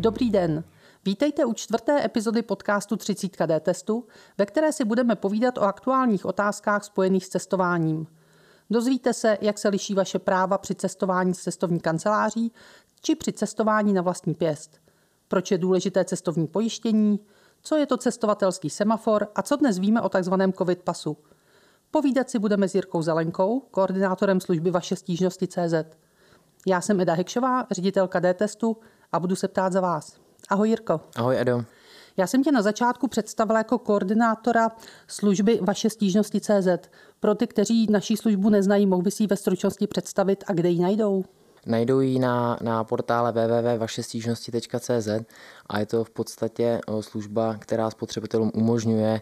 Dobrý den. Vítejte u 4. epizody podcastu 30D testu, ve které si budeme povídat o aktuálních otázkách spojených s cestováním. Dozvíte se, jak se liší vaše práva při cestování s cestovní kanceláří či při cestování na vlastní pěst. Proč je důležité cestovní pojištění, co je to cestovatelský semafor a co dnes víme o takzvaném COVID pasu. Povídat si budeme s Jirkou Zelenkou, koordinátorem služby Vaše stížnosti.cz. Já jsem Eda Hekšová, ředitelka D-testu a budu se ptát za vás. Ahoj Jirko. Ahoj Edo. Já jsem tě na začátku představila jako koordinátora služby Vaše stížnosti.cz. Pro ty, kteří naší službu neznají, mohl bys ji ve stručnosti představit a kde ji najdou? Najdou ji na portále www.vašestížnosti.cz a je to v podstatě služba, která spotřebitelům umožňuje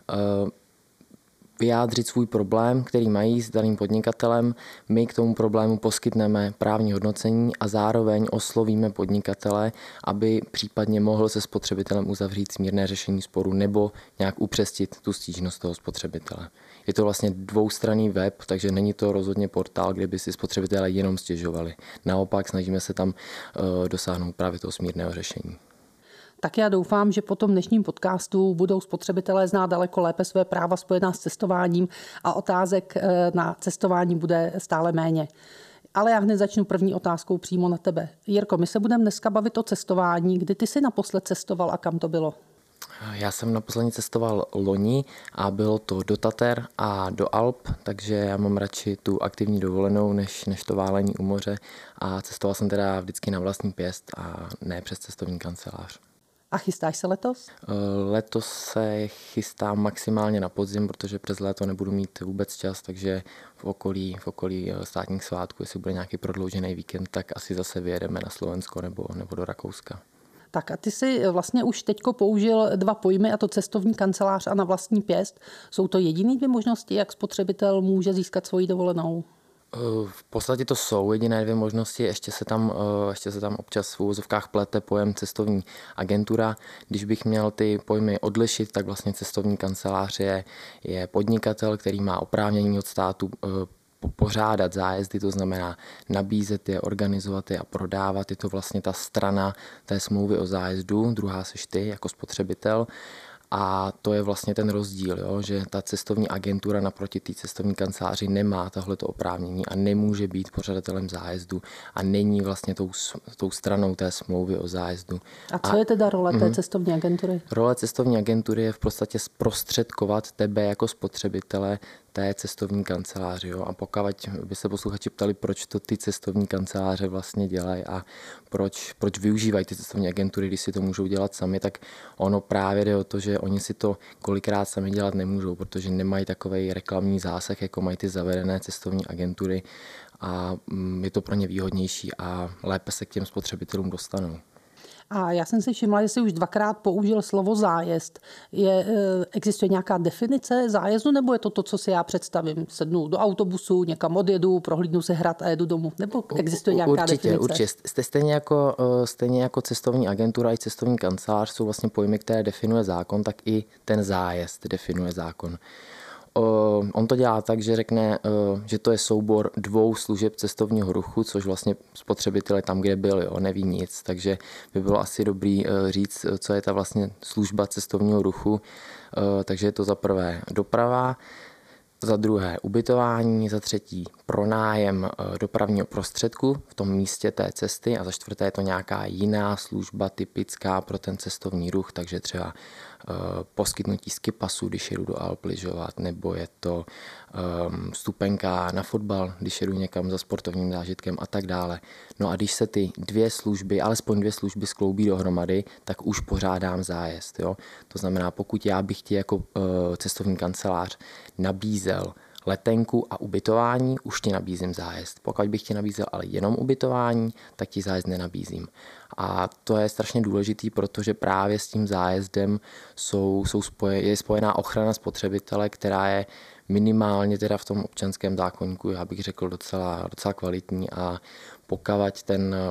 vyjádřit svůj problém, který mají s daným podnikatelem. My k tomu problému poskytneme právní hodnocení a zároveň oslovíme podnikatele, aby případně mohl se spotřebitelem uzavřít smírné řešení sporu nebo nějak upřesnit tu stížnost toho spotřebitele. Je to vlastně dvoustranný web, takže není to rozhodně portál, kde by si spotřebitelé jenom stěžovali. Naopak snažíme se tam dosáhnout právě toho smírného řešení. Tak já doufám, že po tom dnešním podcastu budou spotřebitelé znát daleko lépe své práva spojená s cestováním a otázek na cestování bude stále méně. Ale já hned začnu první otázkou přímo na tebe. Jirko, my se budeme dneska bavit o cestování. Kdy ty jsi naposled cestoval a kam to bylo? Já jsem naposledy cestoval loni a bylo to do Tater a do Alp, takže já mám radši tu aktivní dovolenou, než to válení u moře a cestoval jsem teda vždycky na vlastní pěst a ne přes cestovní kancelář. A chystáš se letos? Letos se chystám maximálně na podzim, protože přes léto nebudu mít vůbec čas, takže v okolí státních svátků, jestli bude nějaký prodloužený víkend, tak asi zase vyjedeme na Slovensko nebo do Rakouska. Tak a ty jsi vlastně už teďko použil dva pojmy, a to cestovní kancelář a na vlastní pěst. Jsou to jediné dvě možnosti, jak spotřebitel může získat svoji dovolenou? V podstatě to jsou jediné dvě možnosti, ještě se tam občas v úvozovkách plete pojem cestovní agentura. Když bych měl ty pojmy odlišit, tak vlastně cestovní kancelář je podnikatel, který má oprávnění od státu pořádat zájezdy, to znamená nabízet je, organizovat je a prodávat. Je to vlastně ta strana té smlouvy o zájezdu, druhá seš ty jako spotřebitel. A to je vlastně ten rozdíl, jo? Že ta cestovní agentura naproti té cestovní kanceláři nemá tohleto oprávnění a nemůže být pořadatelem zájezdu a není vlastně tou stranou té smlouvy o zájezdu. A co je teda role té cestovní agentury? Role cestovní agentury je v podstatě zprostředkovat tebe jako spotřebitele té cestovní kanceláři. Jo? A pokud by se posluchači ptali, proč to ty cestovní kanceláře vlastně dělají a proč využívají ty cestovní agentury, když si to můžou dělat sami, tak ono právě jde o to, že oni si to kolikrát sami dělat nemůžou, protože nemají takovej reklamní zásah, jako mají ty zavedené cestovní agentury a je to pro ně výhodnější a lépe se k těm spotřebitelům dostanou. A já jsem si všimla, že jsi už dvakrát použil slovo zájezd. Existuje nějaká definice zájezdu, nebo je to, co si já představím? Sednu do autobusu, někam odjedu, prohlídnu si hrad a jedu domů? Nebo existuje nějaká definice? Určitě. Stejně jako cestovní agentura i cestovní kancelář jsou vlastně pojmy, které definuje zákon, tak i ten zájezd definuje zákon. On to dělá tak, že řekne, že to je soubor dvou služeb cestovního ruchu, což vlastně spotřebitel tam, kde byl, jo, neví nic. Takže by bylo asi dobrý říct, co je ta vlastně služba cestovního ruchu. Takže je to za prvé doprava, za druhé ubytování, za třetí pronájem dopravního prostředku v tom místě té cesty a za čtvrté je to nějaká jiná služba typická pro ten cestovní ruch, takže třeba poskytnutí ski pasu, když jedu do Alp lyžovat, nebo je to vstupenka na fotbal, když jedu někam za sportovním zážitkem a tak dále. No a když se ty alespoň dvě služby skloubí dohromady, tak už pořádám zájezd. Jo? To znamená, pokud já bych ti jako cestovní kancelář nabízel letenku a ubytování, už ti nabízím zájezd. Pokud bych ti nabízel ale jenom ubytování, tak ti zájezd nenabízím. A to je strašně důležitý, protože právě s tím zájezdem je spojená ochrana spotřebitele, která je minimálně teda v tom občanském zákoníku, já bych řekl, docela kvalitní a pokud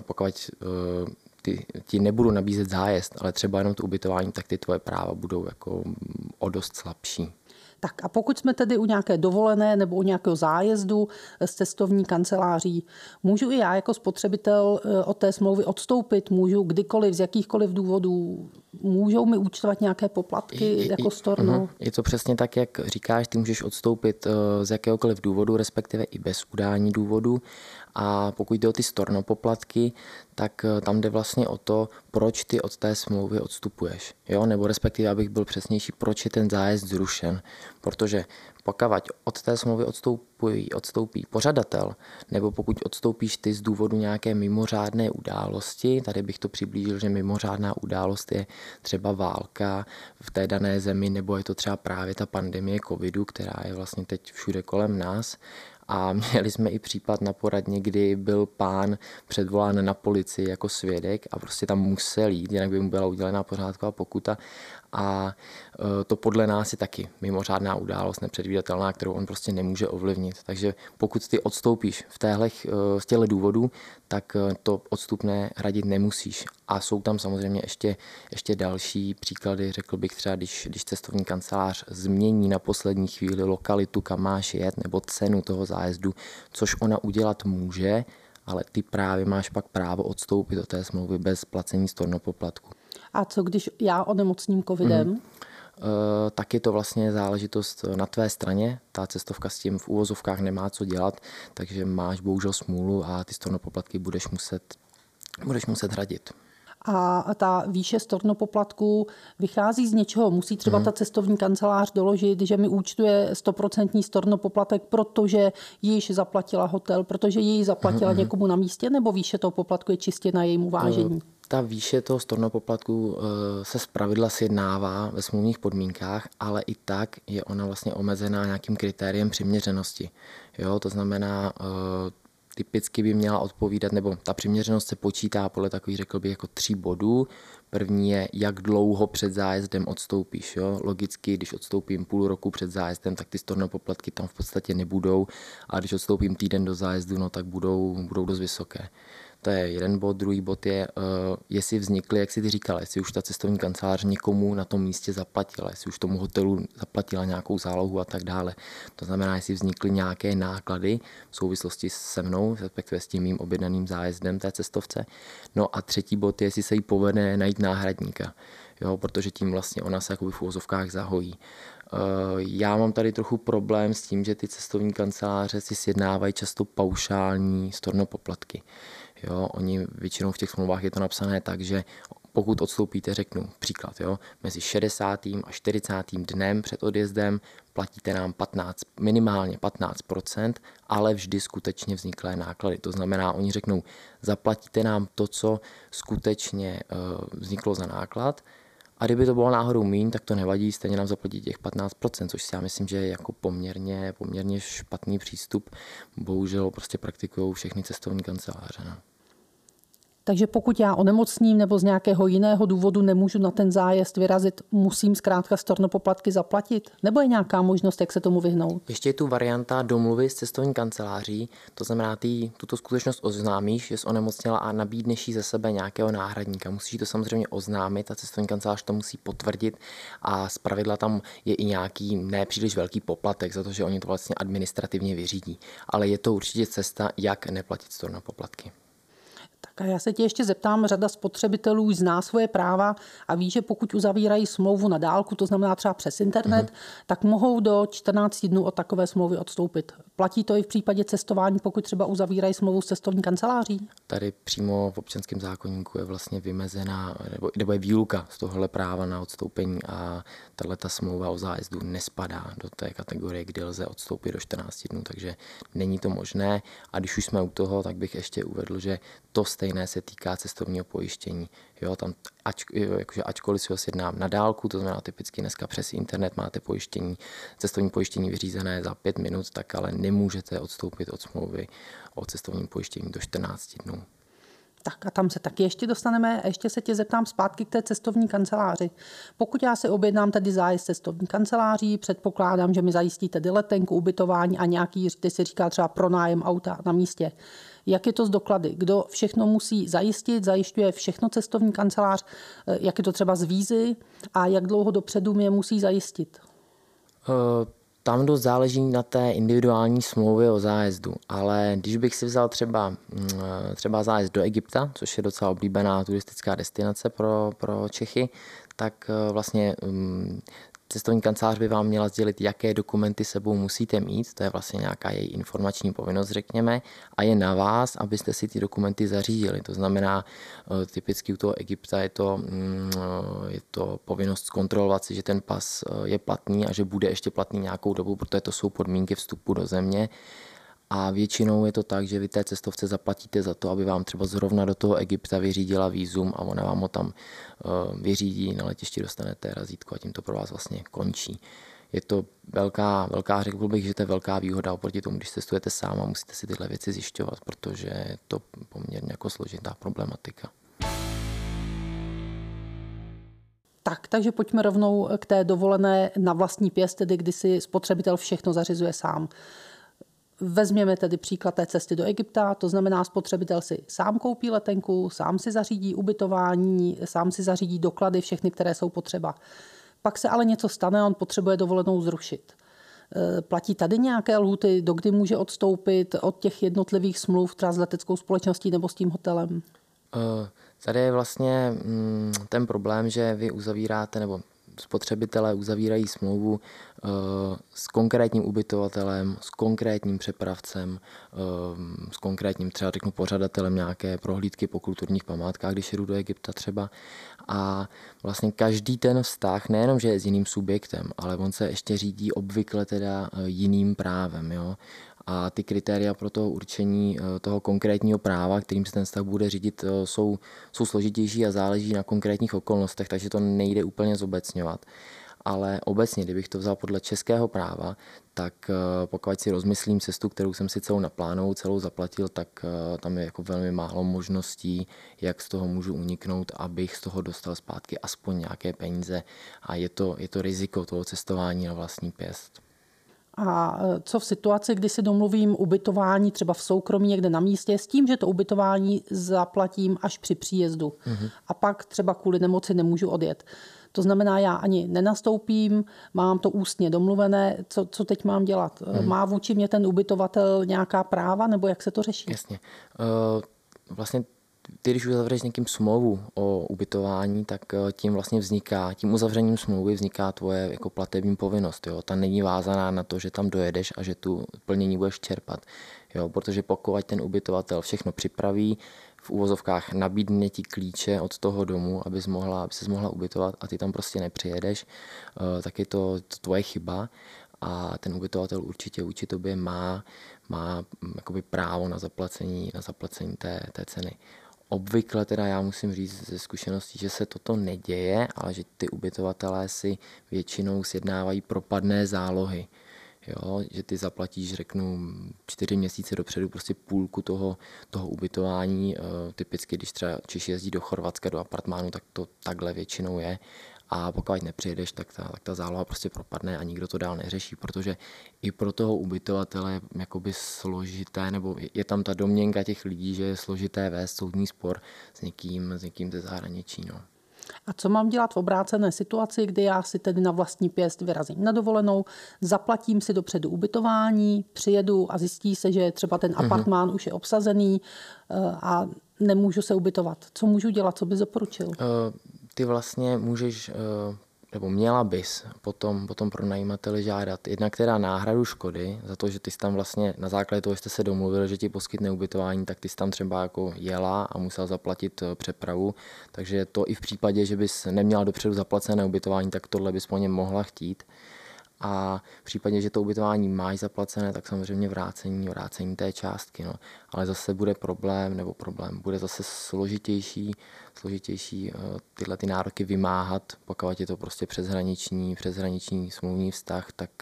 ti nebudu nabízet zájezd, ale třeba jenom to ubytování, tak ty tvoje práva budou jako o dost slabší. Tak a pokud jsme tedy u nějaké dovolené nebo u nějakého zájezdu z cestovní kanceláří, můžu i já jako spotřebitel od té smlouvy odstoupit? Můžu kdykoliv, z jakýchkoliv důvodů? Můžou mi účtovat nějaké poplatky jako storno? Je to přesně tak, jak říkáš, ty můžeš odstoupit z jakéhokoliv důvodu, respektive i bez udání důvodu. A pokud jde o ty storno poplatky, tak tam jde vlastně o to, proč ty od té smlouvy odstupuješ. Jo? Nebo respektive, abych byl přesnější, proč je ten zájezd zrušen. Protože pokud od té smlouvy odstoupí pořadatel, nebo pokud odstoupíš ty z důvodu nějaké mimořádné události, tady bych to přiblížil, že mimořádná událost je třeba válka v té dané zemi, nebo je to třeba právě ta pandemie covidu, která je vlastně teď všude kolem nás. A měli jsme i případ na poradně, kdy byl pán předvolán na policii jako svědek a prostě tam musel jít, jinak by mu byla udělená pořádková pokuta. A to podle nás je taky mimořádná událost, nepředvídatelná, kterou on prostě nemůže ovlivnit. Takže pokud ty odstoupíš z těchto důvodů, tak to odstupné hradit nemusíš. A jsou tam samozřejmě ještě další příklady, řekl bych třeba, když cestovní kancelář změní na poslední chvíli lokalitu, kam máš jet, nebo cenu toho zájezdu, což ona udělat může, ale ty právě máš pak právo odstoupit od té smlouvy bez placení stornopoplatku. A co když já onemocním covidem? Tak je to vlastně záležitost na tvé straně. Ta cestovka s tím v uvozovkách nemá co dělat, takže máš bohužel smůlu a ty stornopoplatky budeš muset hradit. A ta výše stornopoplatků vychází z něčeho. Musí třeba ta cestovní kancelář doložit, že mi účtuje 100% stornopoplatek, protože již zaplatila hotel, protože ji zaplatila někomu na místě, nebo výše toho poplatku je čistě na jejím uvážení? Ta výše toho stornopoplatku se zpravidla sjednává ve smluvních podmínkách, ale i tak je ona vlastně omezená nějakým kritériem přiměřenosti. Jo, to znamená, typicky by měla odpovídat, nebo ta přiměřenost se počítá podle takových, řekl bych, jako 3 bodů. První je, jak dlouho před zájezdem odstoupíš. Jo? Logicky, když odstoupím půl roku před zájezdem, tak ty stornopoplatky tam v podstatě nebudou, a když odstoupím týden do zájezdu, no, tak budou dost vysoké. To je jeden bod. Druhý bod je, jestli vznikly, jak jsi ty říkal, jestli už ta cestovní kancelář někomu na tom místě zaplatila, jestli už tomu hotelu zaplatila nějakou zálohu a tak dále. To znamená, jestli vznikly nějaké náklady v souvislosti se mnou, respektive s tím mým objednaným zájezdem té cestovce. No a třetí bod je, jestli se jí povede najít náhradníka, jo, protože tím vlastně ona se jakoby v uvozovkách zahojí. Já mám tady trochu problém s tím, že ty cestovní kanceláře si sjednávají často paušální stornopoplatky. Jo, oni většinou v těch smlouvách je to napsané tak, že pokud odstoupíte, řeknu příklad, jo, mezi 60. a 40. dnem před odjezdem platíte nám minimálně 15%, ale vždy skutečně vzniklé náklady. To znamená, oni řeknou, zaplatíte nám to, co skutečně vzniklo za náklad, a kdyby to bylo náhodou míň, tak to nevadí, stejně nám zaplatí těch 15%, což si já myslím, že je jako poměrně špatný přístup. Bohužel prostě praktikují všechny cestovní kanceláře. No. Takže pokud já onemocním nebo z nějakého jiného důvodu nemůžu na ten zájezd vyrazit, musím zkrátka stornopoplatky zaplatit? Nebo je nějaká možnost, jak se tomu vyhnout? Ještě je tu varianta domluvy s cestovní kanceláří, to znamená, ty tuto skutečnost oznámíš, že jsi onemocněla a nabídneš jí ze sebe nějakého náhradníka. Musíš to samozřejmě oznámit, a cestovní kancelář to musí potvrdit a zpravidla tam je i nějaký nepříliš velký poplatek za to, že oni to vlastně administrativně vyřídí. Ale je to určitě cesta, jak neplatit stornopoplatky. Tak a já se tě ještě zeptám, řada spotřebitelů zná svoje práva a ví, že pokud uzavírají smlouvu na dálku, to znamená třeba přes internet, tak mohou do 14 dnů od takové smlouvy odstoupit. Platí to i v případě cestování, pokud třeba uzavírají smlouvu s cestovní kanceláří? Tady přímo v občanském zákoníku je vlastně vymezená, nebo je výluka z tohohle práva na odstoupení, a tato smlouva o zájezdu nespadá do té kategorie, kdy lze odstoupit do 14 dnů, takže není to možné. A když už jsme u toho, tak bych ještě uvedl, že to stejné se týká cestovního pojištění. Jo, tam ačkoliv si ho sjednám na dálku, to znamená typicky dneska přes internet máte cestovní pojištění vyřízené za 5 minut, tak ale nemůžete odstoupit od smlouvy o cestovním pojištění do 14 dnů. Tak a tam se taky ještě dostaneme. A ještě se tě zeptám zpátky k té cestovní kanceláři. Pokud já si objednám tedy zájezd cestovní kanceláří, předpokládám, že mi zajistí tedy letenku, ubytování a nějaký, ty si říká třeba pronájem auta na místě. Jak je to s doklady? Kdo všechno musí zajistit? Zajišťuje všechno cestovní kancelář? Jak je to třeba s vízy? A jak dlouho dopředu mě musí zajistit? Tam dost záleží na té individuální smlouvě o zájezdu, ale když bych si vzal třeba zájezd do Egypta, což je docela oblíbená turistická destinace pro Čechy, tak vlastně cestovní kancelář by vám měla sdělit, jaké dokumenty sebou musíte mít, to je vlastně nějaká její informační povinnost, řekněme, a je na vás, abyste si ty dokumenty zařídili. To znamená, typicky u toho Egypta je to povinnost zkontrolovat si, že ten pas je platný a že bude ještě platný nějakou dobu, protože to jsou podmínky vstupu do země. A většinou je to tak, že vy té cestovce zaplatíte za to, aby vám třeba zrovna do toho Egypta vyřídila vízum a ona vám ho tam vyřídí, na letišti dostanete razítko a tím to pro vás vlastně končí. Je to velká, řekl bych, že to je velká výhoda oproti tomu, když cestujete sám a musíte si tyhle věci zjišťovat, protože je to poměrně jako složitá problematika. Takže pojďme rovnou k té dovolené na vlastní pěst, tedy kdy si spotřebitel všechno zařizuje sám. Vezměme tedy příklad té cesty do Egypta, to znamená, spotřebitel si sám koupí letenku, sám si zařídí ubytování, sám si zařídí doklady, všechny, které jsou potřeba. Pak se ale něco stane, on potřebuje dovolenou zrušit. Platí tady nějaké lhůty, dokdy může odstoupit od těch jednotlivých smluv, třeba s leteckou společností nebo s tím hotelem? Tady je vlastně ten problém, že vy uzavíráte, nebo spotřebitelé uzavírají smlouvu s konkrétním ubytovatelem, s konkrétním přepravcem, s konkrétním třeba řeknu pořadatelem nějaké prohlídky po kulturních památkách, když jedu do Egypta třeba. A vlastně každý ten vztah, nejenom, že je s jiným subjektem, ale on se ještě řídí obvykle teda jiným právem. Jo? A ty kritéria pro to určení toho konkrétního práva, kterým se ten vztah bude řídit, jsou složitější a záleží na konkrétních okolnostech, takže to nejde úplně zobecňovat. Ale obecně, kdybych to vzal podle českého práva, tak pokud si rozmyslím cestu, kterou jsem si celou naplánoval, celou zaplatil, tak tam je jako velmi málo možností, jak z toho můžu uniknout, abych z toho dostal zpátky aspoň nějaké peníze. A je to riziko toho cestování na vlastní pěst. A co v situaci, kdy si domluvím ubytování třeba v soukromí někde na místě s tím, že to ubytování zaplatím až při příjezdu a pak třeba kvůli nemoci nemůžu odjet. To znamená, já ani nenastoupím, mám to ústně domluvené, co teď mám dělat? Má vůči mě ten ubytovatel nějaká práva nebo jak se to řeší? Jasně. Vlastně ty, když uzavřeš s někým smlouvu o ubytování, tak tím uzavřením smlouvy vzniká tvoje jako platební povinnost. Jo? Ta není vázaná na to, že tam dojedeš a že tu plnění budeš čerpat. Jo? Protože pokud ten ubytovatel všechno připraví, v uvozovkách nabídne ti klíče od toho domu, aby ses mohla ubytovat a ty tam prostě nepřijedeš, tak je to tvoje chyba a ten ubytovatel určitě vůči tobě má jakoby právo na zaplacení té ceny. Obvykle teda já musím říct ze zkušeností, že se toto neděje, ale že ty ubytovatelé si většinou sjednávají propadné zálohy. Jo, že ty zaplatíš, řeknu, 4 měsíce dopředu prostě půlku toho ubytování. Typicky, když třeba Češi jezdí do Chorvatska, do apartmánu, tak to takhle většinou je. A pokud nepřijedeš, tak ta záloha prostě propadne a nikdo to dál neřeší, protože i pro toho ubytovatele je jakoby složité, nebo je tam ta domněnka těch lidí, že je složité vést soudní spor s někým ze zahraničí. No. A co mám dělat v obrácené situaci, kdy já si tedy na vlastní pěst vyrazím na dovolenou, zaplatím si dopředu ubytování, přijedu a zjistí se, že třeba ten apartmán už je obsazený a nemůžu se ubytovat. Co můžu dělat, co bys doporučil? Ty vlastně můžeš, nebo měla bys potom pronajímateli žádat jednak teda náhradu škody za to, že ty jsi tam vlastně na základě toho, že jste se domluvil, že ti poskytne ubytování, tak ty jsi tam třeba jako jela a musel zaplatit přepravu, takže to i v případě, že bys neměla dopředu zaplacené ubytování, tak tohle bys po něm mohla chtít. A v případě, že to ubytování máš zaplacené, tak samozřejmě vrácení té částky. No. Ale zase bude bude zase složitější tyhle ty nároky vymáhat, pokud je to prostě přeshraniční smluvní vztah, tak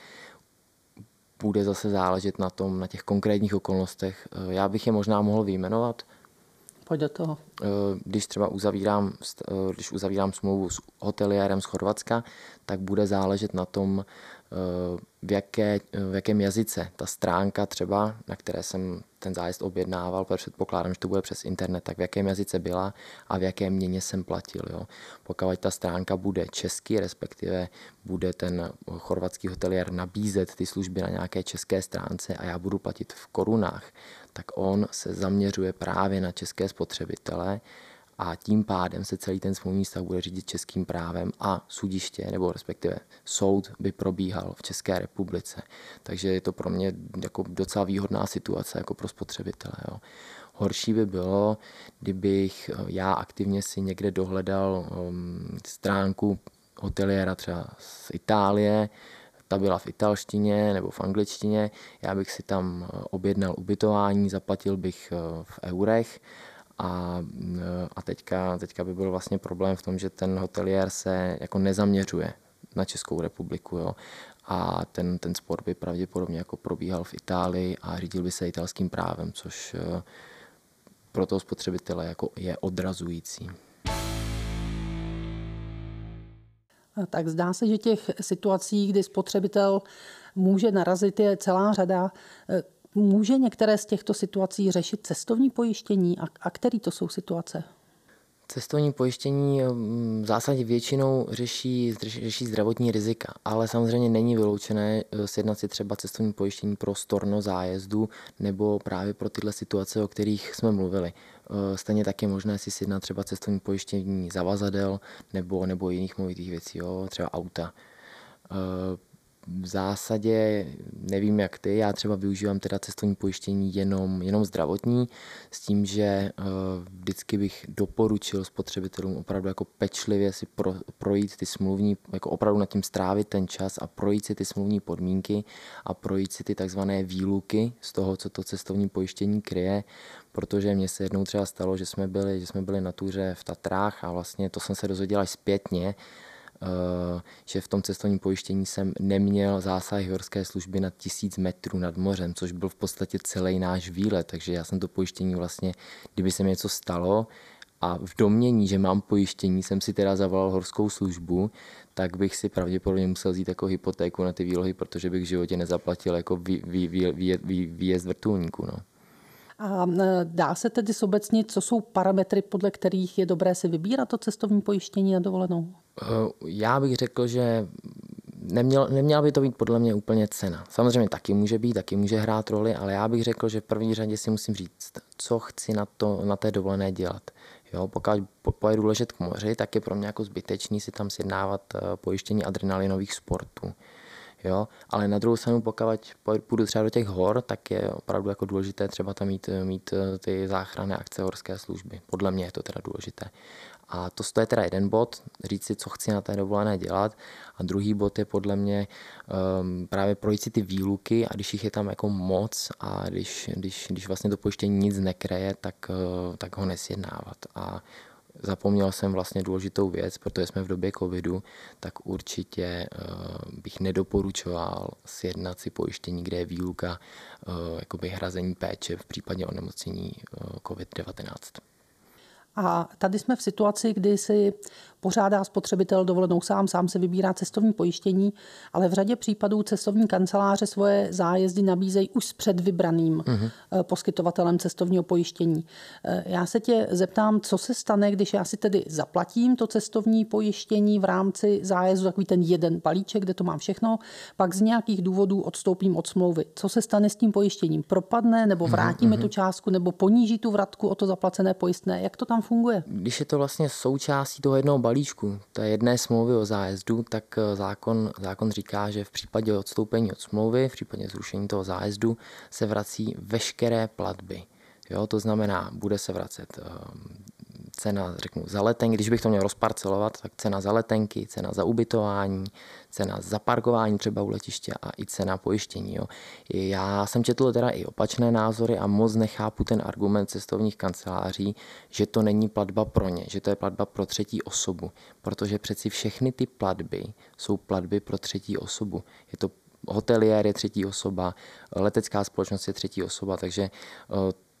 bude zase záležet na těch konkrétních okolnostech. Já bych je možná mohl vyjmenovat. Pojď do toho. Když třeba uzavírám smlouvu s hoteliérem z Chorvatska, tak bude záležet na tom, v jakém jazyce ta stránka třeba, na které jsem ten zájezd objednával, protože předpokládám, že to bude přes internet, tak v jakém jazyce byla a v jaké měně jsem platil. Jo. Pokud ta stránka bude česky, respektive bude ten chorvatský hoteliér nabízet ty služby na nějaké české stránce a já budu platit v korunách, tak on se zaměřuje právě na české spotřebitele a tím pádem se celý ten smluvní vztah bude řídit českým právem a sudiště, nebo respektive soud by probíhal v České republice. Takže je to pro mě jako docela výhodná situace jako pro spotřebitele. Jo. Horší by bylo, kdybych já aktivně si někde dohledal stránku hoteliéra třeba z Itálie, ta byla v italštině nebo v angličtině, já bych si tam objednal ubytování, zaplatil bych v eurech, a teďka by byl vlastně problém v tom, že ten hoteliér se jako nezaměřuje na Českou republiku. Jo? A ten spor by pravděpodobně jako probíhal v Itálii a řídil by se italským právem, což pro toho spotřebitele jako je odrazující. Tak zdá se, že těch situací, kdy spotřebitel může narazit, je celá řada. Může některé z těchto situací řešit cestovní pojištění a které to jsou situace? Cestovní pojištění v zásadě většinou řeší zdravotní rizika, ale samozřejmě není vyloučené sjednat si třeba cestovní pojištění pro storno zájezdu nebo právě pro tyhle situace, o kterých jsme mluvili. Stejně tak je možné si sjednat třeba cestovní pojištění zavazadel nebo jiných movitých věcí, jo, třeba auta. V zásadě nevím jak ty, já třeba využívám teda cestovní pojištění jenom zdravotní, s tím, že vždycky bych doporučil spotřebitelům opravdu jako pečlivě si projít ty smluvní, jako opravdu nad tím strávit ten čas a projít si ty smluvní podmínky a projít si ty takzvané výluky z toho, co to cestovní pojištění kryje, protože mně se jednou třeba stalo, že jsme byli na túře v Tatrách a vlastně to jsem se dozvěděl až zpětně, že v tom cestovním pojištění jsem neměl zásahy horské služby nad 1000 metrů nad mořem, což byl v podstatě celý náš výlet, takže já jsem to pojištění vlastně, kdyby se mi něco stalo a v domnění, že mám pojištění, jsem si teda zavolal horskou službu, tak bych si pravděpodobně musel vzít jako hypotéku na ty výlohy, protože bych v životě nezaplatil jako výjezd vrtulníku. No. A dá se tedy zobecnit, co jsou parametry, podle kterých je dobré si vybírat to cestovní pojištění na dovolenou? Já bych řekl, že neměla by to být podle mě úplně cena. Samozřejmě taky může hrát roli, ale já bych řekl, že v první řadě si musím říct, co chci na té dovolené dělat. Jo, pokud pojedu ležet k moři, tak je pro mě jako zbytečný si tam sjednávat pojištění adrenalinových sportů. Jo, ale na druhou stranu, pokud půjdu třeba do těch hor, tak je opravdu jako důležité třeba tam mít ty záchranné akce horské služby. Podle mě je to teda důležité. A to je teda jeden bod, říct si, co chci na té dovolené dělat. A druhý bod je podle mě právě projít si ty výluky a když jich je tam jako moc a když vlastně to pojištění nic nekryje, tak ho nesjednávat. A zapomněl jsem vlastně důležitou věc, protože jsme v době covidu, tak určitě bych nedoporučoval sjednat si pojištění, kde je výluka jakoby hrazení péče v případě onemocnění COVID-19. A tady jsme v situaci, kdy si pořádá spotřebitel dovolenou sám si vybírá cestovní pojištění, ale v řadě případů cestovní kanceláře svoje zájezdy nabízejí už s předvybraným poskytovatelem cestovního pojištění. Já se tě zeptám, co se stane, když já si tedy zaplatím to cestovní pojištění v rámci zájezdu, takový ten jeden balíček, kde to mám všechno, pak z nějakých důvodů odstoupím od smlouvy. Co se stane s tím pojištěním? Propadne nebo vrátíme tu částku nebo poníží tu vratku o to zaplacené pojistné? Jak to tam funguje? Když je to vlastně součástí toho jednoho balíčku, té jedné smlouvy o zájezdu, tak zákon říká, že v případě odstoupení od smlouvy, v případě zrušení toho zájezdu, se vrací veškeré platby. Jo, to znamená, bude se vracet cena, řeknu, za letenky, když bych to měl rozparcelovat, tak cena za letenky, cena za ubytování, cena za parkování třeba u letiště a i cena pojištění. Jo. Já jsem četl teda i opačné názory a moc nechápu ten argument cestovních kanceláří, že to není platba pro ně, že to je platba pro třetí osobu, protože přeci všechny ty platby jsou platby pro třetí osobu. Je to hoteliér je třetí osoba, letecká společnost je třetí osoba, takže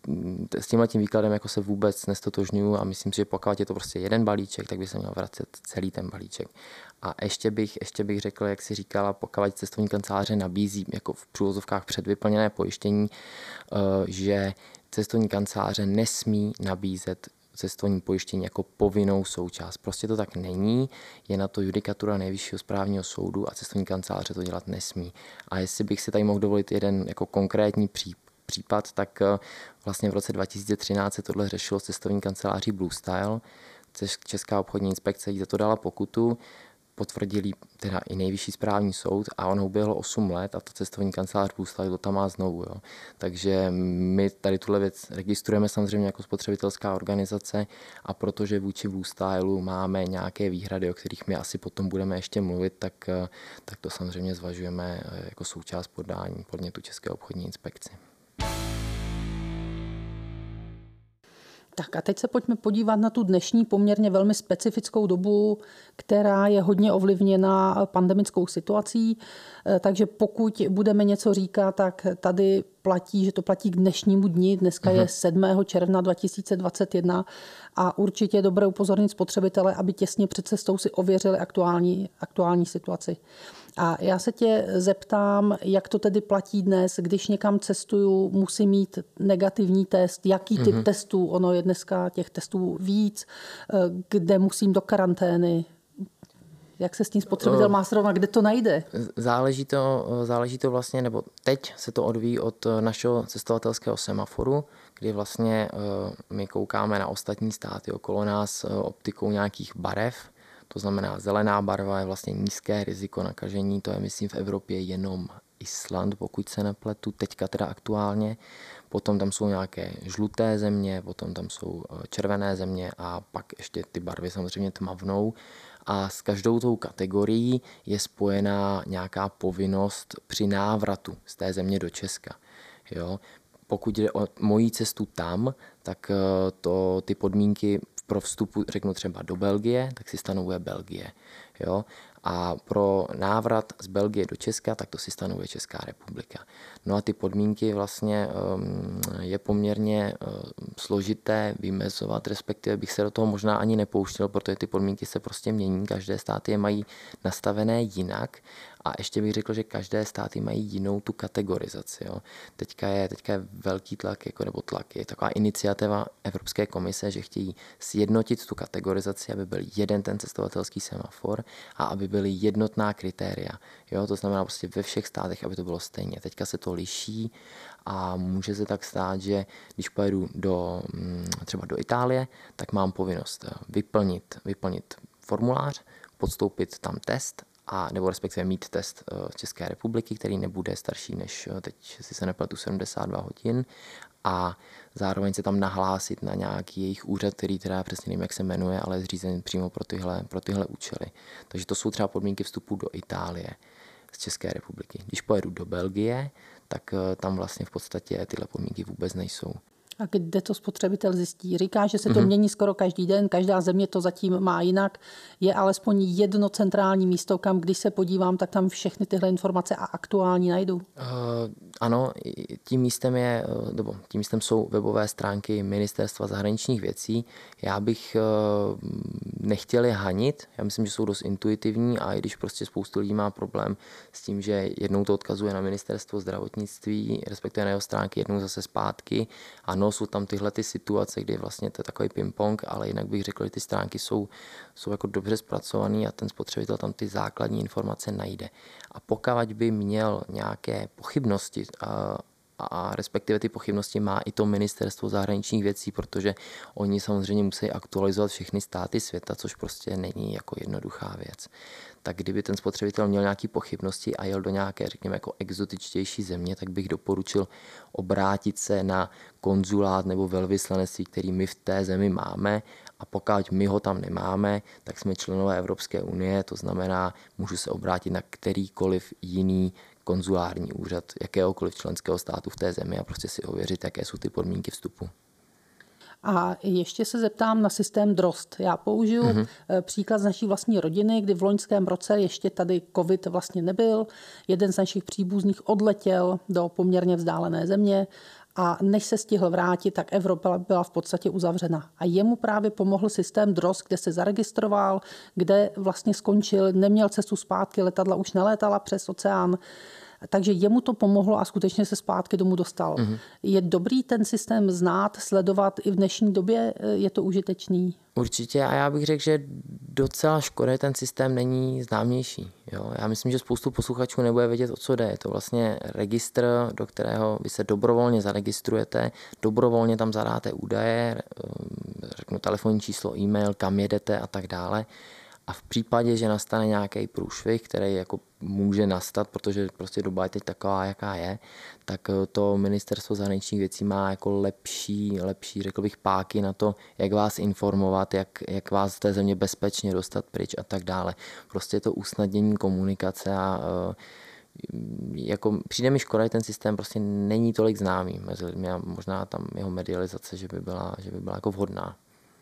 s tímhletím výkladem jako se vůbec nestotožňuju a myslím si, že pokud je to prostě jeden balíček, tak by se měl vracet celý ten balíček. A ještě bych řekl, jak si říkala, pokud cestovní kanceláře nabízí jako v přůvozovkách předvyplněné pojištění, že cestovní kanceláře nesmí nabízet cestovní pojištění jako povinnou součást. Prostě to tak není, je na to judikatura Nejvyššího správního soudu a cestovní kanceláře to dělat nesmí. A jestli bych si tady mohl dovolit jeden jako konkrétní případ, tak vlastně v roce 2013 se tohle řešilo s cestovní kanceláří Blue Style. Česká obchodní inspekce jí za to dala pokutu, potvrdili teda i Nejvyšší správní soud a on uběhlo 8 let a ta cestovní kancelář Blue Style to tam má znovu. Jo. Takže my tady tuhle věc registrujeme samozřejmě jako spotřebitelská organizace a protože vůči Blue Styleu máme nějaké výhrady, o kterých my asi potom budeme ještě mluvit, tak to samozřejmě zvažujeme jako součást podání podnětu České obchodní inspekci. Tak a teď se pojďme podívat na tu dnešní poměrně velmi specifickou dobu, která je hodně ovlivněna pandemickou situací. Takže pokud budeme něco říkat, tak tady platí, že to platí k dnešnímu dni. Dneska je 7. června 2021 a určitě je dobré upozornit spotřebitele, aby těsně před cestou si ověřili aktuální situaci. A já se tě zeptám, jak to tedy platí dnes, když někam cestuju, musím mít negativní test, jaký typ testů, ono je dneska těch testů víc, kde musím do karantény. Jak se s tím spotřebitel má srovnat, kde to najde? Záleží to vlastně, nebo teď se to odvíjí od našeho cestovatelského semaforu, kdy vlastně my koukáme na ostatní státy okolo nás optikou nějakých barev. To znamená, zelená barva je vlastně nízké riziko nakažení, to je myslím v Evropě jenom Island, pokud se nepletu, teďka teda aktuálně. Potom tam jsou nějaké žluté země, potom tam jsou červené země a pak ještě ty barvy samozřejmě tmavnou. A s každou tou kategorií je spojená nějaká povinnost při návratu z té země do Česka. Jo? Pokud jde o moji cestu tam, tak ty podmínky pro vstupu, řeknu třeba do Belgie, tak si stanovuje Belgie. Jo? A pro návrat z Belgie do Česka, tak to si stanovuje Česká republika. No a ty podmínky vlastně je poměrně složité vymezovat, respektive bych se do toho možná ani nepouštěl, protože ty podmínky se prostě mění, každé státy je mají nastavené jinak a ještě bych řekl, že každé státy mají jinou tu kategorizaci. Jo. Teďka je velký tlak, je taková iniciativa Evropské komise, že chtějí sjednotit tu kategorizaci, aby byl jeden ten cestovatelský semafor a aby byly jednotná kritéria. Jo, to znamená prostě ve všech státech, aby to bylo stejně. Teďka se to liší a může se tak stát, že když pojedu třeba do Itálie, tak mám povinnost vyplnit formulář, podstoupit tam test, nebo respektive mít test České republiky, který nebude starší než, teď si se nepletu, 72 hodin a zároveň se tam nahlásit na nějaký jejich úřad, který teda přesně nevím, jak se jmenuje, ale je zřízený přímo pro tyhle účely. Takže to jsou třeba podmínky vstupu do Itálie z České republiky. Když pojedu do Belgie, tak tam vlastně v podstatě tyhle podmínky vůbec nejsou. A kde to spotřebitel zjistí? Říká, že se to mění skoro každý den, každá země to zatím má jinak. Je alespoň jedno centrální místo, kam když se podívám, tak tam všechny tyhle informace a aktuální najdu. Ano, tím místem jsou webové stránky Ministerstva zahraničních věcí. Já bych nechtěl je hanit, já myslím, že jsou dost intuitivní a i když prostě spoustu lidí má problém s tím, že jednou to odkazuje na Ministerstvo zdravotnictví, respektive na jeho stránky, jednou zase zpátky. Ano, jsou tam tyhle ty situace, kdy vlastně to je takový ping-pong, ale jinak bych řekl, že ty stránky jsou jako dobře zpracované a ten spotřebitel tam ty základní informace najde. A pokud by měl nějaké pochybnosti a respektive ty pochybnosti má i to Ministerstvo zahraničních věcí, protože oni samozřejmě musí aktualizovat všechny státy světa, což prostě není jako jednoduchá věc. Tak kdyby ten spotřebitel měl nějaké pochybnosti a jel do nějaké, řekněme, jako exotičtější země, tak bych doporučil obrátit se na konzulát nebo velvyslanectví, který my v té zemi máme a pokud my ho tam nemáme, tak jsme členové Evropské unie, to znamená, můžu se obrátit na kterýkoliv jiný konzulární úřad jakéhokoliv členského státu v té zemi a prostě si ověřit, jaké jsou ty podmínky vstupu. A ještě se zeptám na systém DROST. Já použiju příklad z naší vlastní rodiny, kdy v loňském roce ještě tady covid vlastně nebyl. Jeden z našich příbuzných odletěl do poměrně vzdálené země a než se stihl vrátit, tak Evropa byla v podstatě uzavřena. A jemu právě pomohl systém DROS, kde se zaregistroval, kde vlastně skončil, neměl cestu zpátky, letadla už nelétala přes oceán, takže jemu to pomohlo a skutečně se zpátky domů dostal. Je dobrý ten systém znát, sledovat i v dnešní době? Je to užitečný? Určitě a já bych řekl, že docela škoda, ten systém není známější. Jo? Já myslím, že spoustu posluchačů nebude vědět, o co jde. Je to vlastně registr, do kterého vy se dobrovolně zaregistrujete, dobrovolně tam zadáte údaje, řeknu telefonní číslo, e-mail, kam jedete a tak dále. A v případě, že nastane nějaký průšvih, který jako může nastat, protože prostě doba je teď taková, jaká je, tak to ministerstvo zahraničních věcí má jako lepší, řekl bych, páky na to, jak vás informovat, jak vás z té země bezpečně dostat pryč a tak dále. Prostě je to usnadnění komunikace a jako přijde mi škoda, že ten systém prostě není tolik známý mezi lidmi a možná tam jeho medializace, že by byla jako vhodná.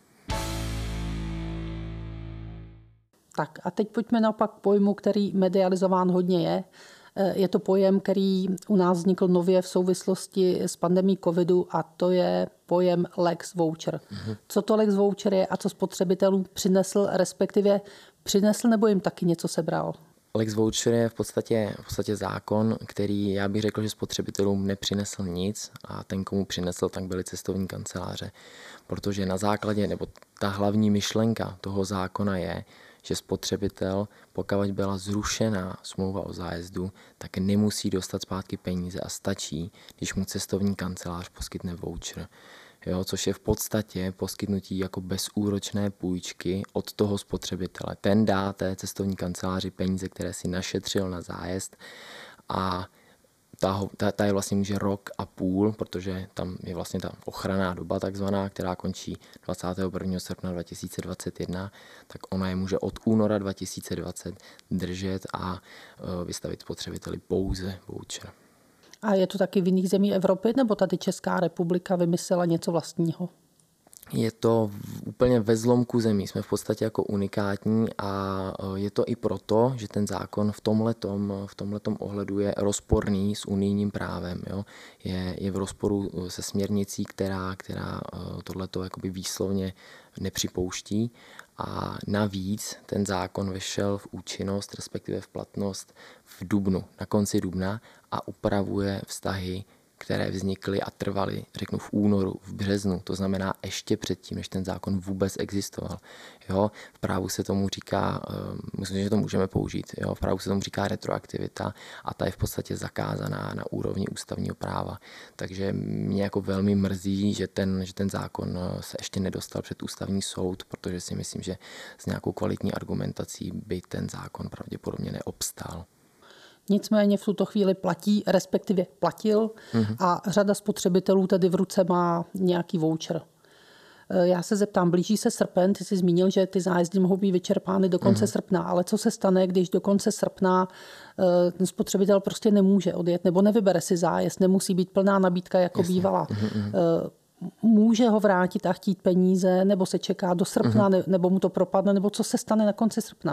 Tak a teď pojďme naopak k pojmu, který medializován hodně je. Je to pojem, který u nás vznikl nově v souvislosti s pandemií covidu a to je pojem Lex Voucher. Co to Lex Voucher je a co spotřebitelům přinesl, respektive přinesl nebo jim taky něco sebral? Lex Voucher je v podstatě zákon, který já bych řekl, že spotřebitelům nepřinesl nic a ten, komu přinesl, tak byly cestovní kanceláře. Protože na základě, nebo ta hlavní myšlenka toho zákona je, že spotřebitel, pokud byla zrušena smlouva o zájezdu, tak nemusí dostat zpátky peníze a stačí, když mu cestovní kancelář poskytne voucher. Jo, což je v podstatě poskytnutí jako bezúročné půjčky od toho spotřebitele. Ten dá té cestovní kanceláři peníze, které si našetřil na zájezd a ta je vlastně může rok a půl, protože tam je vlastně ta ochranná doba takzvaná, která končí 21. srpna 2021, tak ona je může od února 2020 držet a vystavit spotřebiteli pouze voucher. A je to taky v jiných zemích Evropy, nebo tady Česká republika vymyslela něco vlastního? Je to úplně ve zlomku zemí, jsme v podstatě jako unikátní a je to i proto, že ten zákon v tomhletom ohledu je rozporný s unijním právem. Jo? Je v rozporu se směrnicí, která tohleto jakoby výslovně nepřipouští a navíc ten zákon vešel v účinnost, respektive v platnost v dubnu, na konci dubna a upravuje vztahy, které vznikly a trvaly, řeknu, v únoru, v březnu, to znamená ještě předtím, než ten zákon vůbec existoval. Jo? V právu se tomu říká, myslím, že to můžeme použít, jo? V právu se tomu říká retroaktivita a ta je v podstatě zakázaná na úrovni ústavního práva. Takže mě jako velmi mrzí, že ten zákon se ještě nedostal před ústavní soud, protože si myslím, že s nějakou kvalitní argumentací by ten zákon pravděpodobně neobstál. Nicméně v tuto chvíli platí, respektive platil a řada spotřebitelů tedy v ruce má nějaký voucher. Já se zeptám, blíží se srpen, ty jsi zmínil, že ty zájezdy mohou být vyčerpány do konce srpna, ale co se stane, když do konce srpna ten spotřebitel prostě nemůže odjet nebo nevybere si zájezd, nemusí být plná nabídka, jako bývala. Může ho vrátit a chtít peníze, nebo se čeká do srpna, nebo mu to propadne, nebo co se stane na konci srpna?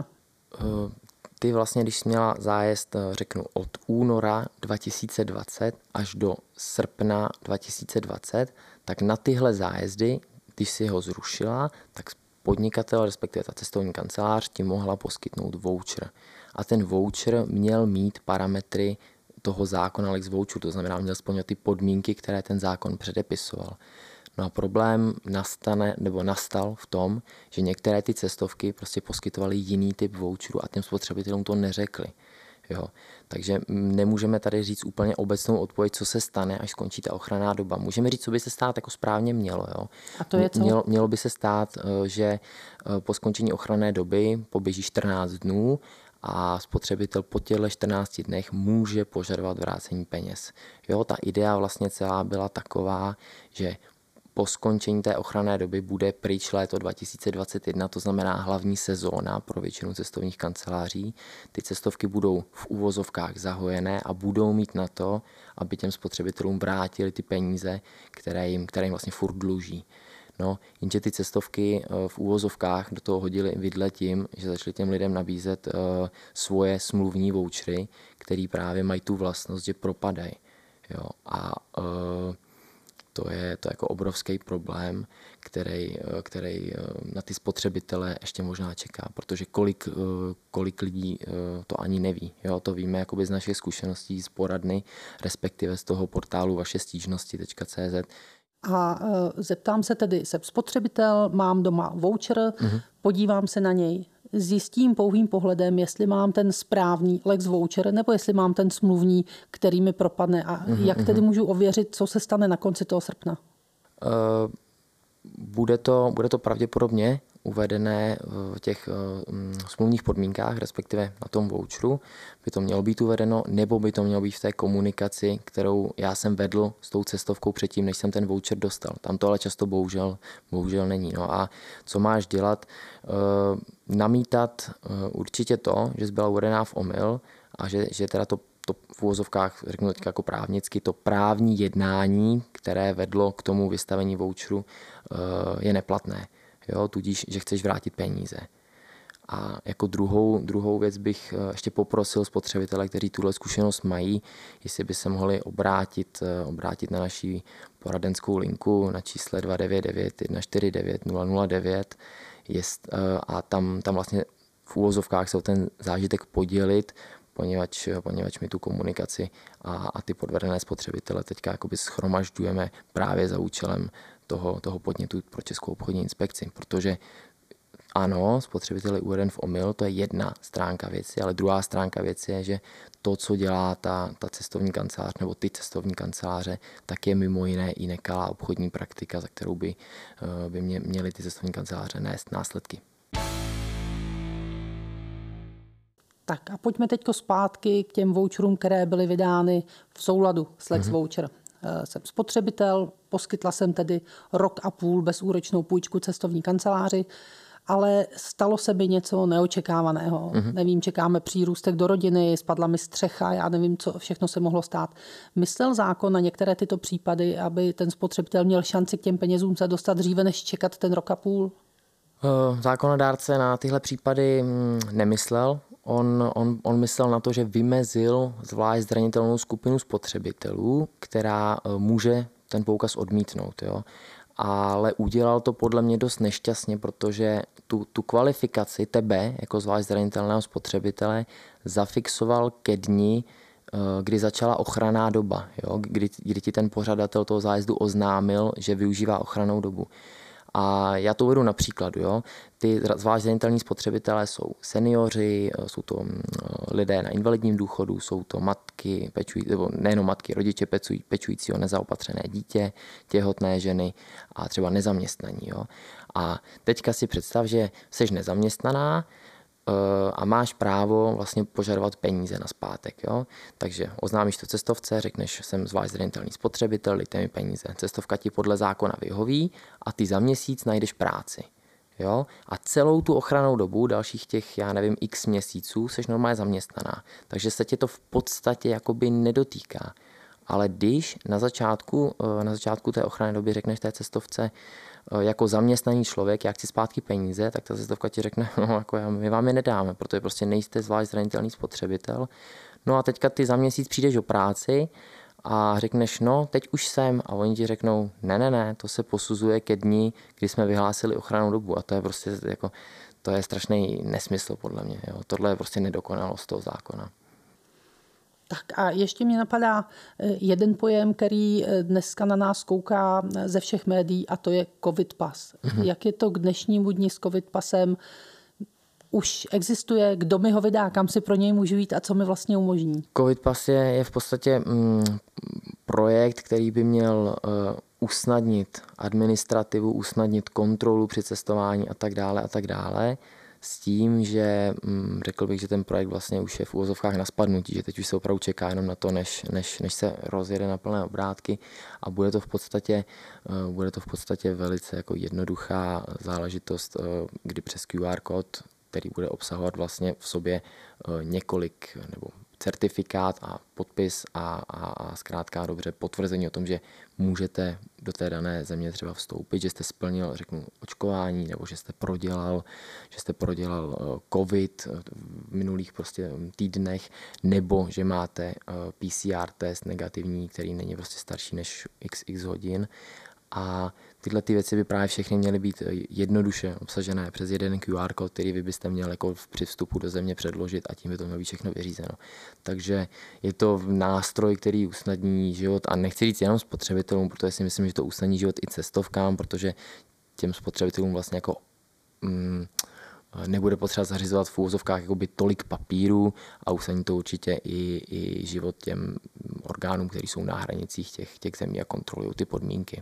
Ty vlastně, když jsi měla zájezd, řeknu, od února 2020 až do srpna 2020, tak na tyhle zájezdy, když si ho zrušila, tak podnikatel, respektive ta cestovní kancelář, ti mohla poskytnout voucher. A ten voucher měl mít parametry toho zákona Lex Voucher, to znamená, měl splňovat ty podmínky, které ten zákon předepisoval. No a problém nastal v tom, že některé ty cestovky prostě poskytovaly jiný typ voucheru a těm spotřebitelům to neřekli. Jo. Takže nemůžeme tady říct úplně obecnou odpověď, co se stane, až skončí ta ochranná doba. Můžeme říct, co by se stát jako správně mělo. Jo. A to je co? Mělo by se stát, že po skončení ochranné doby poběží 14 dnů a spotřebitel po těchto 14 dnech může požadovat vrácení peněz. Jo, ta idea vlastně celá byla taková, že po skončení té ochranné doby bude pryč léto 2021, to znamená hlavní sezóna pro většinu cestovních kanceláří. Ty cestovky budou v uvozovkách zahojené a budou mít na to, aby těm spotřebitelům vrátili ty peníze, které jim vlastně furt dluží. No, jenže ty cestovky v úvozovkách do toho hodili vidle tím, že začali těm lidem nabízet svoje smluvní vouchery, které právě mají tu vlastnost, že propadají. Jo, a to je jako obrovský problém, který na ty spotřebitele ještě možná čeká, protože kolik lidí to ani neví. Jo? To víme jakoby z našich zkušeností z poradny, respektive z toho portálu vašestížnosti.cz. A zeptám se tedy, jsem spotřebitel, mám doma voucher, podívám se na něj, zjistím pouhým pohledem, jestli mám ten správný Lex voucher, nebo jestli mám ten smluvní, který mi propadne. A jak tedy můžu ověřit, co se stane na konci toho srpna? Bude to pravděpodobně uvedené v těch smluvních podmínkách, respektive na tom voucheru by to mělo být uvedeno, nebo by to mělo být v té komunikaci, kterou já jsem vedl s tou cestovkou předtím, než jsem ten voucher dostal. Tam to ale často bohužel není. No a co máš dělat? Namítat určitě to, že jsi byla uvedená v omyl a že teda to v uvozovkách, řeknu teď jako právnicky, to právní jednání, které vedlo k tomu vystavení voucheru, je neplatné. Jo? Tudíž, že chceš vrátit peníze. A jako druhou věc bych ještě poprosil spotřebitele, kteří tuhle zkušenost mají, jestli by se mohli obrátit na naši poradenskou linku na čísle 299 149 009 a tam vlastně v uvozovkách se o ten zážitek podělit, poněvadž my tu komunikaci a ty podvedené spotřebitele teďka jakoby shromažďujeme právě za účelem toho podnětu pro Českou obchodní inspekci, protože ano, spotřebitel je uveden v omyl, to je jedna stránka věci, ale druhá stránka věci je, že to, co dělá ta cestovní kancelář nebo ty cestovní kanceláře, tak je mimo jiné i nekalá obchodní praktika, za kterou by měly ty cestovní kanceláře nést následky. Tak a pojďme teď zpátky k těm voucherům, které byly vydány v souladu s Lex Voucher. Jsem spotřebitel, poskytla jsem tedy 1,5 roku bezúročnou půjčku cestovní kanceláři, ale stalo se mi něco neočekávaného. Nevím, čekáme přírůstek do rodiny, spadla mi střecha, já nevím, co všechno se mohlo stát. Myslel zákon na některé tyto případy, aby ten spotřebitel měl šanci k těm penězům se dostat dříve, než čekat ten 1,5 roku? Zákonodárce na tyhle případy nemyslel. On myslel na to, že vymezil zvlášť zranitelnou skupinu spotřebitelů, která může ten poukaz odmítnout. Jo? Ale udělal to podle mě dost nešťastně, protože tu kvalifikaci tebe jako zvlášť zranitelného spotřebitele zafixoval ke dni, kdy začala ochranná doba, jo? Kdy ti ten pořadatel toho zájezdu oznámil, že využívá ochrannou dobu. A já to uvedu na příkladu. Jo. Ty zvlášť zranitelní spotřebitelé jsou seniori, jsou to lidé na invalidním důchodu, jsou to matky, nebo nejenom matky, rodiče pečující o nezaopatřené dítě, těhotné ženy a třeba nezaměstnaní. Jo. A teďka si představ, že jsi nezaměstnaná a máš právo vlastně požadovat peníze nazpátek. Jo? Takže oznámíš to cestovce, řekneš, jsem zvlášť zranitelný spotřebitel, dejte mi peníze. Cestovka ti podle zákona vyhoví a ty za měsíc najdeš práci. Jo? A celou tu ochrannou dobu, dalších těch, já nevím, x měsíců, seš normálně zaměstnaná. Takže se tě to v podstatě jakoby nedotýká. Ale když na začátku té ochranné doby řekneš té cestovce, jako zaměstnaný člověk, já chci zpátky peníze, tak ta cestovka ti řekne, no jako my vám je nedáme, protože prostě nejste zvlášť zranitelný spotřebitel. No a teďka ty za měsíc přijdeš o práci a řekneš, no teď už jsem, a oni ti řeknou, ne, to se posuzuje ke dni, kdy jsme vyhlásili ochrannou dobu a to je prostě jako, to je strašný nesmysl podle mě. Jo. Tohle je prostě nedokonalost toho zákona. Tak a ještě mě napadá jeden pojem, který dneska na nás kouká ze všech médií, a to je COVID pas. Jak je to k dnešnímu dni s COVID pasem? Už existuje, kdo mi ho vydá, kam si pro něj můžu jít a co mi vlastně umožní? COVID pas je v podstatě projekt, který by měl usnadnit administrativu, usnadnit kontrolu při cestování a tak dále. S tím, že řekl bych, že ten projekt vlastně už je v uvozovkách na spadnutí, že teď už se opravdu čeká jenom na to, než se rozjede na plné obrátky a bude to v podstatě velice jako jednoduchá záležitost, kdy přes QR kód, který bude obsahovat vlastně v sobě několik nebo certifikát a podpis a zkrátka dobře potvrzení o tom, že můžete do té dané země třeba vstoupit, že jste splnil, řeknu, očkování, nebo že jste prodělal covid v minulých prostě týdnech, nebo že máte PCR test negativní, který není prostě starší než xx hodin. A tyhle ty věci by právě všechny měly být jednoduše obsažené přes jeden QR kód, který vy byste měl jako při vstupu do země předložit a tím by to mělo být všechno vyřízeno. Takže je to nástroj, který usnadní život a nechci říct jenom spotřebitelům, protože si myslím, že to usnadní život i cestovkám, protože těm spotřebitelům vlastně jako nebude potřeba zařizovat v úvozovkách jakoby tolik papíru a usnadní to určitě i život těm orgánům, který jsou na hranicích těch zemí a kontrolují ty podmínky.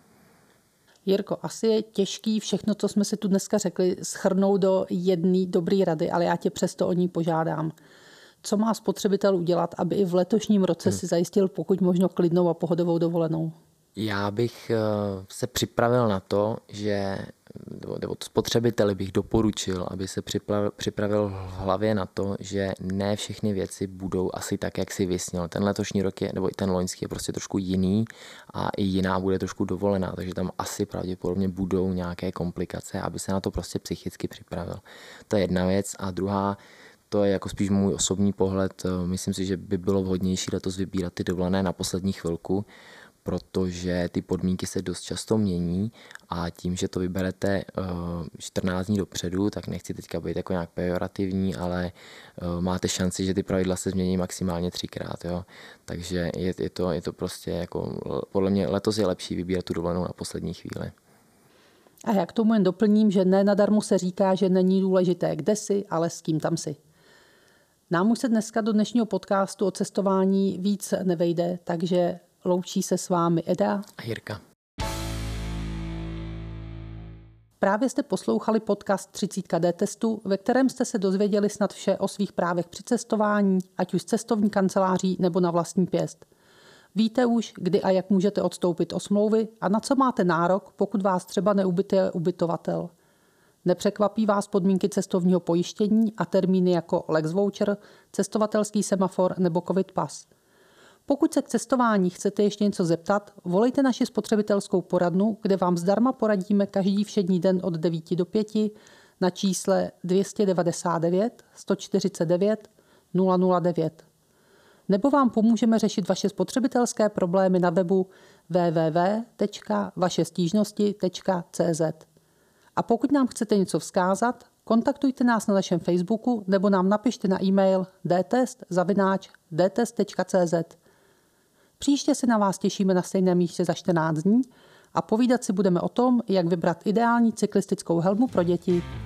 Jirko, asi je těžký všechno, co jsme si tu dneska řekli, shrnout do jedné dobré rady, ale já tě přesto o ní požádám. Co má spotřebitel udělat, aby i v letošním roce si zajistil pokud možno klidnou a pohodovou dovolenou? Já bych se připravil na to, že nebo spotřebiteli bych doporučil, aby se připravil v hlavě na to, že ne všechny věci budou asi tak, jak si vysněl. Ten letošní rok nebo i ten loňský je prostě trošku jiný a i jiná bude trošku dovolená, takže tam asi pravděpodobně budou nějaké komplikace, aby se na to prostě psychicky připravil. To je jedna věc a druhá, to je jako spíš můj osobní pohled. Myslím si, že by bylo vhodnější letos vybírat ty dovolené na poslední chvilku, protože ty podmínky se dost často mění a tím, že to vyberete 14 dní dopředu, tak nechci teďka být jako nějak pejorativní, ale máte šanci, že ty pravidla se změní maximálně 3krát. Jo? Takže je to prostě jako, podle mě letos je lepší vybírat tu dovolenou na poslední chvíli. A já k tomu jen doplním, že ne nadarmo se říká, že není důležité, kde jsi, ale s kým tam jsi. Nám už se dneska do dnešního podcastu o cestování víc nevejde, takže loučí se s vámi Eda a Jirka. Právě jste poslouchali podcast 30KD testu, ve kterém jste se dozvěděli snad vše o svých právech při cestování, ať už z cestovní kanceláří nebo na vlastní pěst. Víte už, kdy a jak můžete odstoupit od smlouvy a na co máte nárok, pokud vás třeba neubytuje ubytovatel. Nepřekvapí vás podmínky cestovního pojištění a termíny jako Lex Voucher, cestovatelský semafor nebo Covid Pass. Pokud se k cestování chcete ještě něco zeptat, volejte naši spotřebitelskou poradnu, kde vám zdarma poradíme každý všední den od 9 do 5 na čísle 299 149 009. Nebo vám pomůžeme řešit vaše spotřebitelské problémy na webu www.vašestížnosti.cz. A pokud nám chcete něco vzkázat, kontaktujte nás na našem Facebooku nebo nám napište na e-mail dtest@dtest.cz. Příště se na vás těšíme na stejném místě za 14 dní a povídat si budeme o tom, jak vybrat ideální cyklistickou helmu pro děti.